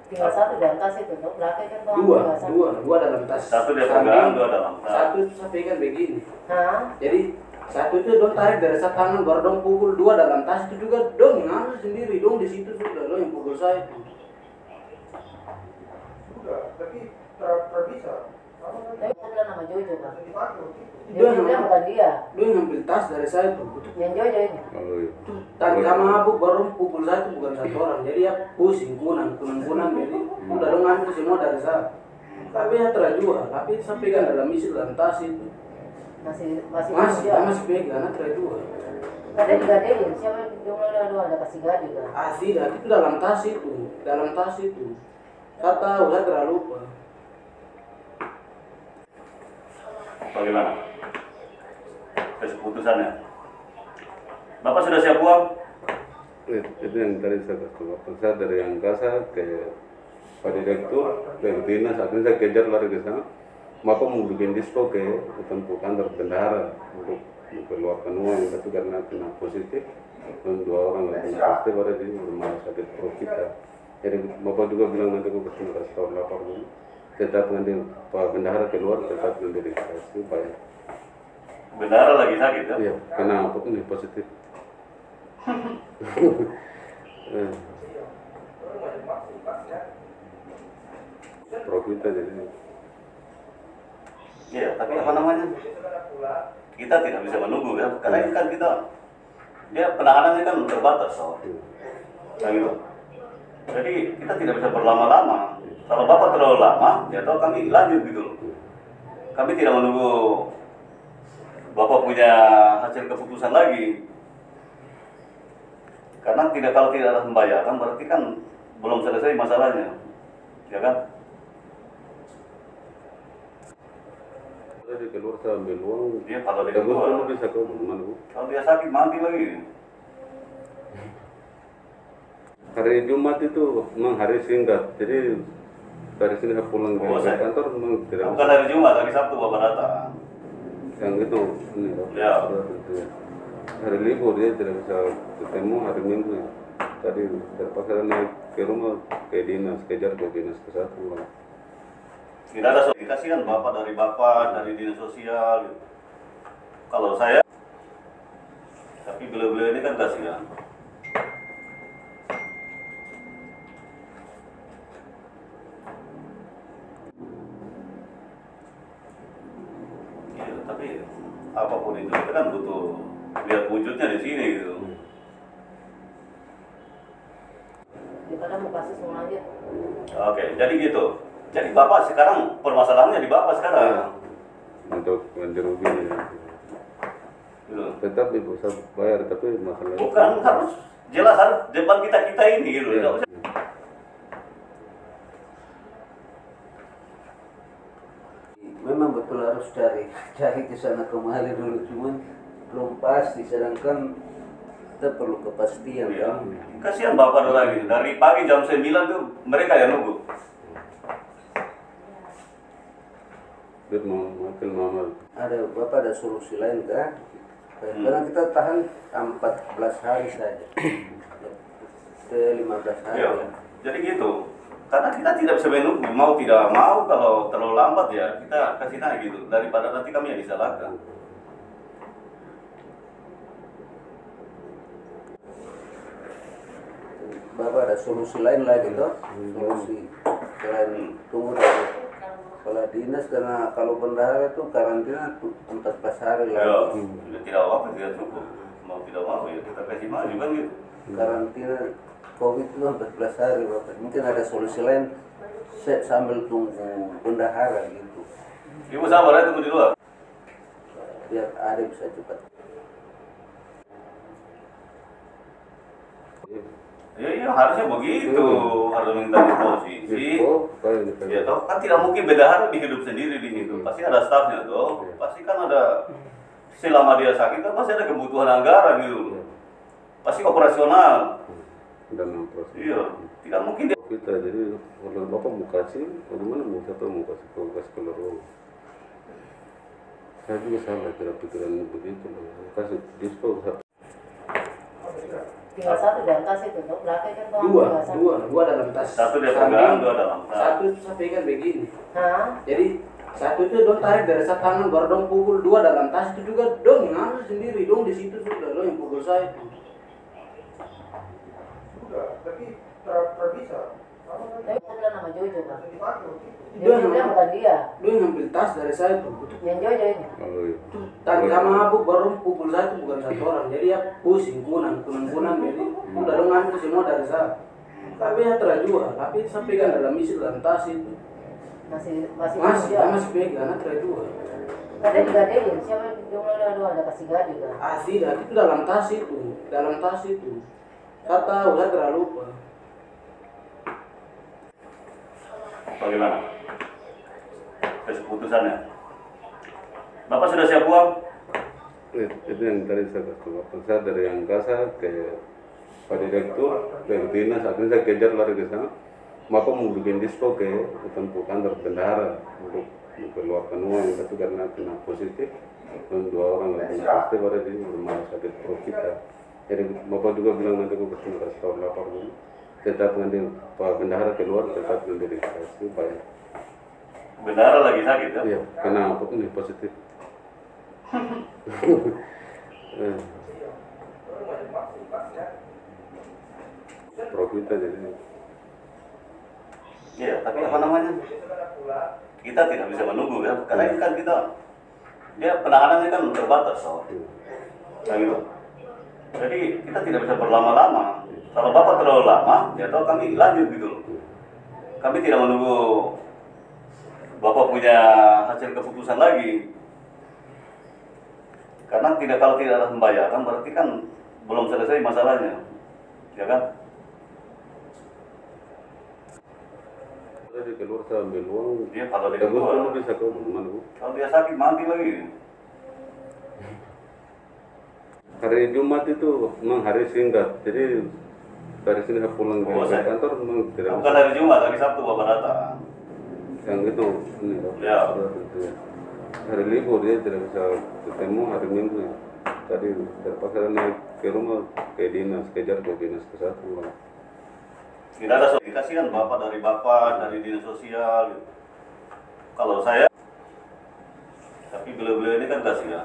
Tinggal satu dalam tas itu, tuh belakang kan tuh dua dalam tas. Satu dia pegang, dua dalam tas. Satu saya pegang begini. Hah? Jadi satu itu dong tarik dari satu tangan baru dong pukul, dua dalam tas itu juga dong ngambil sendiri dong di situ sudah dong yang pukul saya. Sudah, tapi terbisa. Tapi aku bilang nama Jojo kan. Dia Jojo bilang bukan dia. Dia ngambil tas dari saya tuh. Yang Jojo ini. Oh iya. Dan sama mabuk baru pukul saya itu bukan satu orang. Jadi ya pusing kunang jadi udah dong ngambil semua dari saya. Tapi ya terjual, tapi saya pegang dalam isi dalam tas itu. Masih pegang, nah terjual. Kadang digadein, siapa yang ada kasih gade kan? Tidak, itu dalam tas itu, Saya tahu, saya terlalu lupa. Bagaimana? Keputusannya? Bapak sudah siap uang? Itu yang tadi saya kasih waktu saya dari Angkasa ke Pak Direktur ke Dinas, akhirnya saya kejar lari ke sana. Bapak mau bikin dispo ke tempat kantor bendahara untuk mengeluarkan uang itu karena kena positif dan 2 orang lagi kena positif ada di rumah sakit pro kita. Jadi Bapak juga bilang nanti aku kasih tahu lapor dulu. Tetap nanti Pak Bendahara keluar tetap nanti dikasih bayar. Bendahara lagi sakit ya? Iya, karena apa pun positif. Pro kita jadi. Iya, tapi apa namanya? Kita tidak bisa menunggu ya, karena ini kan kita dia penanganannya kan terbatas soal. Nah, gitu. Jadi kita tidak bisa berlama-lama. Kalau Bapak terlalu lama, ya tahu kami lanjut gitu loh. Kami tidak menunggu Bapak punya hasil keputusan lagi. Karena kalau tidak ada pembayaran berarti kan belum selesai masalahnya. Ya kan? Jadi keluar saya ambil uang. Iya, kalau dia Bagus keluar. dulu bisa ke mana Bu? Kalau dia sakit mati lagi. Hari Jumat itu memang hari singkat, jadi dari sini saya pulang ke kantor memang tidak Bukan hari Jumat, hari Sabtu Bapak datang. yang itu ini Ya. hari libur dia tidak bisa ketemu hari Minggu ya. Tadi terpaksa naik ke rumah ke dinas, kejar ke dinas ke satu. Tidak ada sosialisasi kan Bapak dari dinas sosial gitu. Kalau saya, tapi beliau-beliau ini kan kasihan. Iya, tapi apapun itu kita kan butuh lihat wujudnya di sini gitu. Daripada mau kasih semua aja. Oke, jadi gitu. Jadi Bapak sekarang permasalahannya di Bapak sekarang. Untuk ganti rugi ya. Gitu. Tetap ibu saya bayar tapi masalahnya Bukan harus jelas harus depan kita ini gitu. Iya. Nggak usah. Memang betul harus cari ke sana kemari dulu, cuman belum pasti. Sedangkan kita perlu kepastian Iya. kan. Kasihan Bapak lagi. Dari pagi jam 9 tuh mereka yang nunggu. dia mau makin lama. Ada solusi lain kah? Karena kita tahan 14 hari saja. Ke 15 hari. Iya. Ya. Jadi gitu. Karena kita tidak bisa menunggu, mau tidak mau kalau terlalu lambat ya kita kasih naik gitu. Daripada nanti kami yang disalahkan. Bapak ada solusi lain lagi toh? Solusi selain tunggu dari kepala dinas, karena kalau bendahara itu karantina 14 hari Ya, lagi. tidak apa-apa, tidak cukup. Mau tidak mau ya kita kasih maju kan gitu. Karantina COVID itu 14 hari Bapak. Mungkin ada solusi lain sambil tunggu bendahara gitu. Ibu sabar ya, tunggu di luar. Biar ada bisa cepat. Iya, harusnya begitu. Harus minta posisi. Oh, Ya toh kan tidak mungkin bendahara hidup sendiri di situ. Pasti ada stafnya toh. Pasti kan ada, selama dia sakit kan pasti ada kebutuhan anggaran gitu. Pasti operasional. dan proses. Iya, tidak mungkin dia. Kita jadi kalau bapak mau kasih, bagaimana mau satu mau kasih keluar uang. Saya juga sama tidak pikiran begitu. Kasih dispo tinggal satu dalam tas itu, tuh belakang kan tuh Dua, tinggal satu. dua dalam tas. Satu dia Samping, pegang, dua dalam tas. Satu saya pegang begini. Hah? Jadi satu itu dong tarik dari satu tangan baru dong pukul, dua dalam tas itu juga dong yang ambil sendiri dong di situ sudah dong yang pukul saya itu. Sudah, tapi terbisa. Apa kan? Tapi aku bilang nama Jojo kan. Dipakai waktu itu. Dia bilang bukan dia, Dong yang ambil tas dari saya itu. yang Jojo ini. Oh iya. Tadi sama mabuk baru pukul saya itu bukan satu orang, jadi ya pusing kunang jadi udah dong ambil semua dari saya. Tapi ya terjual, tapi saya pegang dalam isi dalam tas itu. Masih Masih, saya masih pegang, terjual. Kadang digadein, siapa yang bilang ada kasih gade kan? Ah tidak, itu dalam tas itu, dalam tas itu. Saya tahu, saya terlalu lupa. Bagaimana keputusannya? Bapak sudah siap uang? Itu yang tadi saya kasih waktu saya dari Angkasa ke Pak Direktur ke dinas, akhirnya saya kejar lari ke sana. Bapak mau bikin dispo ke tempat kantor bendahara untuk keluarkan uang, tapi karena kena positif dan 2 orang lagi positif ada di rumah sakit perut kita. Jadi Bapak juga bilang nanti aku kasih tahu lapor dulu. Tetap nanti Pak Bendahara keluar, tetap verifikasi supaya. Bendahara lagi sakit ya? Iya, kena apa ini positif. Profita jadi. Iya, tapi apa namanya? Kita tidak bisa menunggu ya, karena ini kan kita, dia penanganannya kan terbatas so. Nah, gitu. Jadi kita tidak bisa berlama-lama. Kalau Bapak terlalu lama, ya tahu kami lanjut gitu loh. Kami tidak menunggu Bapak punya hasil keputusan lagi. Karena kalau tidak ada pembayaran berarti kan belum selesai masalahnya. Ya kan? Jadi keluar saya ambil uang. Iya, kalau dia Tebus keluar. dulu bisa ke mana Bu? Kalau dia sakit mati lagi. Hari Jumat itu memang hari singkat, jadi dari sini saya pulang ke kantor memang tidak Bukan hari Jumat, hari Sabtu Bapak datang. yang itu ini Ya. hari libur dia tidak bisa ketemu hari Minggu. Tadi terpaksa naik ke rumah ke dinas, kejar ke dinas ke satu. Tidak ada sosialisasi kan Bapak dari dinas sosial gitu. Kalau saya, tapi beliau-beliau ini kan kasihan.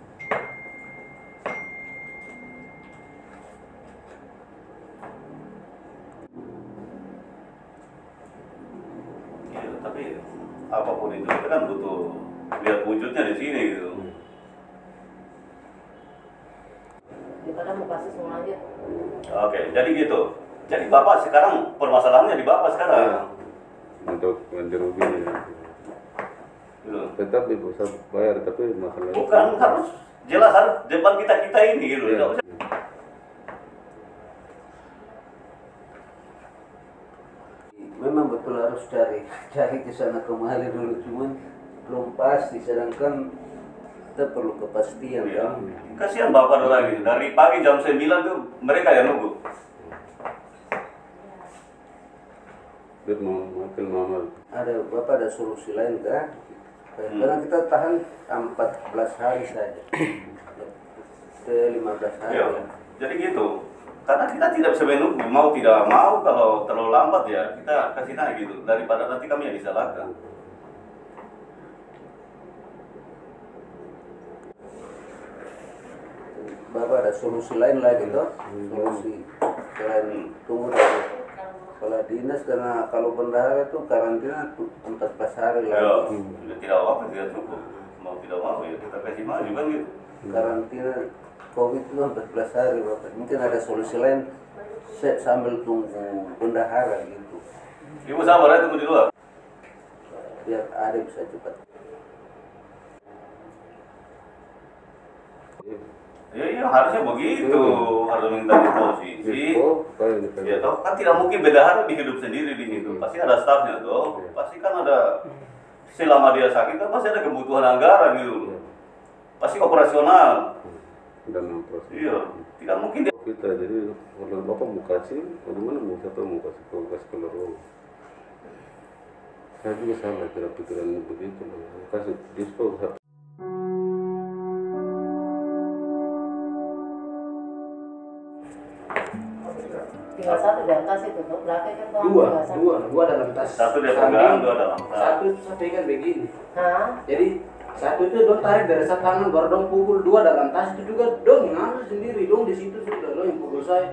Iya, tapi apapun itu kita kan butuh lihat wujudnya di sini gitu. Daripada mau kasih semua aja. Oke, jadi gitu. Jadi Bapak sekarang permasalahannya di Bapak sekarang. Untuk ganti rugi ya. Gitu. Tetap ibu saya bayar, tapi masalahnya Bukan harus jelas harus depan kita ini gitu. Iya. Nggak usah. Memang betul harus cari ke sana kemari dulu, cuman belum pasti, sedangkan kita perlu kepastian Iya. kan. Kasihan Bapak lagi. Dari pagi jam 9 tuh mereka yang nunggu. dia mau makin lama. Ada Bapak ada solusi lain kah? Karena kita tahan 14 hari saja. Ke 15 hari. Iya. Jadi gitu. Karena kita tidak bisa menunggu, mau tidak mau kalau terlalu lambat ya kita kasih naik gitu. Daripada nanti kami yang disalahkan. Bapak ada solusi lain lagi toh? Solusi selain tunggu dari kepala dinas, karena kalau bendahara itu karantina 14 hari Ya, lagi. tidak apa-apa, tidak cukup. Mau tidak mau ya kita kasih maju kan gitu. Karantina COVID itu 14 hari Bapak. Mungkin ada solusi lain sambil tunggu bendahara gitu. Ibu sabar ya, tunggu di luar. Biar ada bisa cepat. Iya, harusnya begitu. Harus minta di posisi. Dispo, kayak gitu. Ya toh kan tidak mungkin bendahara hidup sendiri di situ. Pasti ada stafnya toh. Pasti kan ada selama dia sakit kan pasti ada kebutuhan anggaran gitu. Pasti operasional. Dan proses. Iya, tidak mungkin dia. Kita jadi kalau bapak mau kasih, bagaimana mau satu mau kasih keluar uang. Saya juga salah kira pikiran begitu loh. Kasih dispo satu. dalam tas itu tuh belakang kan tuh dua dalam tas. Satu dia Samping, pegang, dua dalam tas. Satu saya pegang begini. Hah? Jadi satu itu dong tarik dari satu tangan baru dong pukul, dua dalam tas itu juga dong ngambil sendiri dong di situ sudah dong yang pukul saya.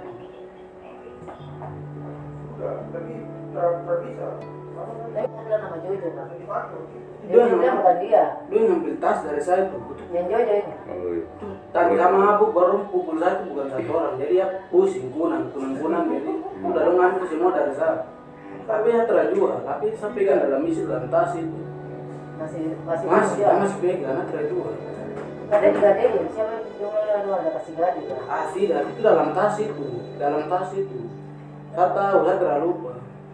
Sudah, tapi terbisa. Tapi mau bilang nama Jojo kan? Dimaklum. Dia bilang bukan dia, Dia ngambil tas dari saya tuh. yang Jojo itu. Oh iya. Tadi sama mabuk baru pukul saya itu bukan satu orang. Jadi ya pusing kunang jadi udah dong ngambil semua dari saya. Tapi ya terjual, tapi saya pegang dalam isi dalam tas itu. Masih pegang, terjual. Kadang digadein, siapa yang jumlah ada kasih gade kan? Ah tidak, itu dalam tas itu. Saya tahu, saya terlalu lupa.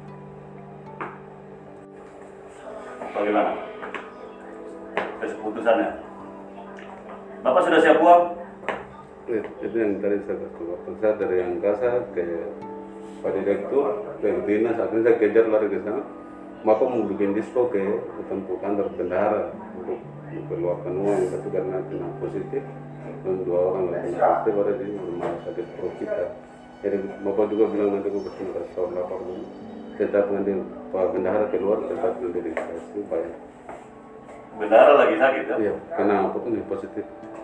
Bagaimana keputusannya? Bapak sudah siap uang? Itu yang tadi saya kasih waktu saya dari yang kasa ke Pak Direktur ke dinas, akhirnya saya kejar lari ke sana. Bapak mau bikin dispo ke tempat kantor bendahara untuk keluarkan uang, tapi karena kena positif dan 2 orang lagi positif ada di rumah sakit perut kita. Jadi Bapak juga bilang nanti aku kasih tahu lapor dulu. Tetap nanti Pak Bendahara keluar, tetap nanti dikasih supaya. Bendahara lagi sakit ya? Iya, karena apa tuh nih positif.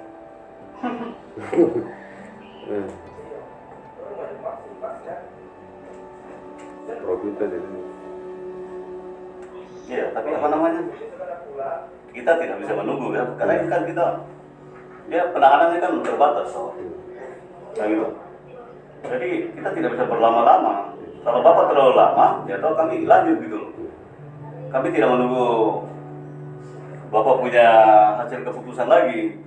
Profita jadi. Iya, tapi apa namanya? Kita tidak bisa menunggu ya, karena ini kan kita, ya penanganannya kan terbatas, so. Nah, gitu. Jadi kita tidak bisa berlama-lama. Kalau Bapak terlalu lama, ya tahu kami lanjut gitu loh. Kami tidak menunggu Bapak punya hasil keputusan lagi.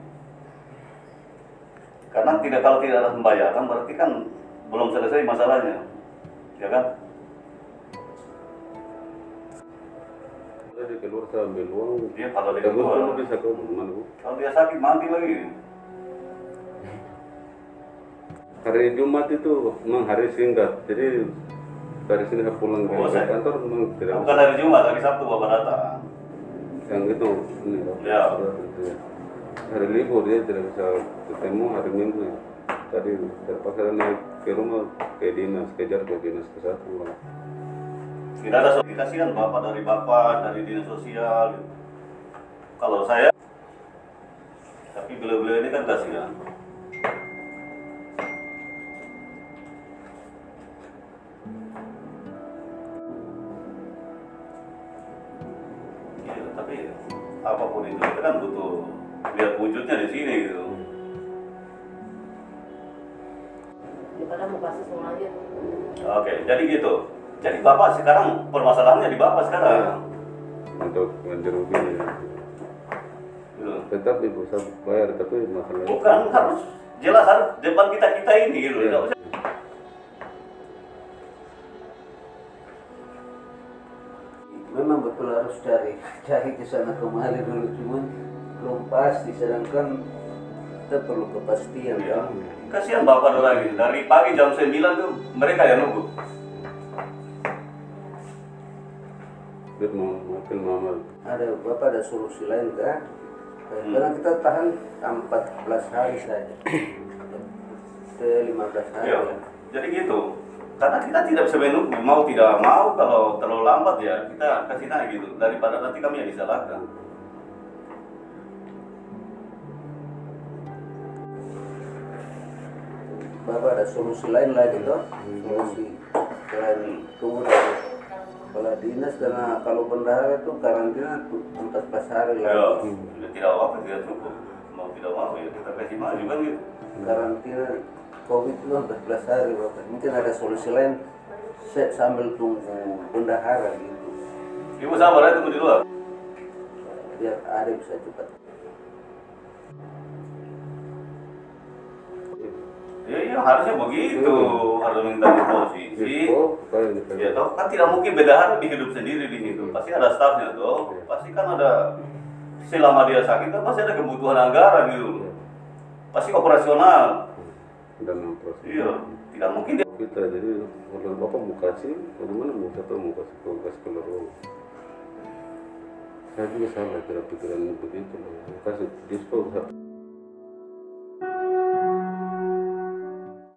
Karena kalau tidak ada pembayaran berarti kan belum selesai masalahnya. Ya kan? Jadi keluar saya ambil uang. Iya, kalau dia Bagus keluar. dulu bisa ke mana Bu? Kalau dia sakit mati lagi. Hari Jumat itu memang hari singkat, jadi dari sini saya pulang ke kantor memang tidak Bukan hari Jumat, hari Sabtu Bapak datang. yang itu ini Ya. hari libur dia tidak bisa ketemu hari Minggu ya. Tadi terpaksa naik ke rumah ke dinas, kejar ke dinas ke satu. Tidak ada sosialisasi kan Bapak dari dinas sosial. Gitu. Kalau saya, tapi beliau-beliau ini kan kasihan. Iya, tapi apapun itu kita kan butuh lihat wujudnya di sini gitu. Daripada mau kasih semua aja. Oke, jadi gitu. Jadi Bapak sekarang permasalahannya di Bapak sekarang. Untuk ganti ruginya. Gitu. Tetap ibu saya bayar, tapi masalahnya Bukan harus jelas harus depan kita ini gitu. Iya. Tidak usah. Memang betul harus cari ke sana kemari dulu, cuman belum pasti, sedangkan kita perlu kepastian Ya. kan. Kasihan Bapak lagi dari pagi jam 9 tuh mereka yang nunggu. dia mau makin lama. Ada Bapak ada solusi lain kan? Karena kita tahan 14 hari saja, ke 15 hari. Iya. Jadi gitu. Karena kita tidak bisa menunggu, mau tidak mau kalau terlalu lambat ya kita kasih naik gitu daripada nanti kami yang disalahkan. Bapak ada solusi lain lagi toh? Solusi selain tunggu dari kepala dinas, karena kalau bendahara itu karantina 14 hari Ya, lagi. tidak apa tidak cukup. Mau tidak mau ya kita kasih maju kan gitu. Karantina COVID itu 14 hari Bapak. Mungkin ada solusi lain sambil tunggu bendahara gitu. Ibu sabar ya tunggu di luar. Biar ada bisa cepat. Ya harusnya begitu, harus minta posisi. Dispo, kayak gitu. Ya toh kan tidak mungkin bendahara hidup sendiri di situ. Pasti ada stafnya toh. Pasti kan ada selama dia sakit kan pasti ada kebutuhan anggaran gitu. Pasti operasional. Dan proses. Iya, tidak mungkin dia. Kita jadi kalau bapak mau kasih, bagaimana mau satu mau kasih keluar uang. Saya juga sama kira pikiran begitu, kasih dispo.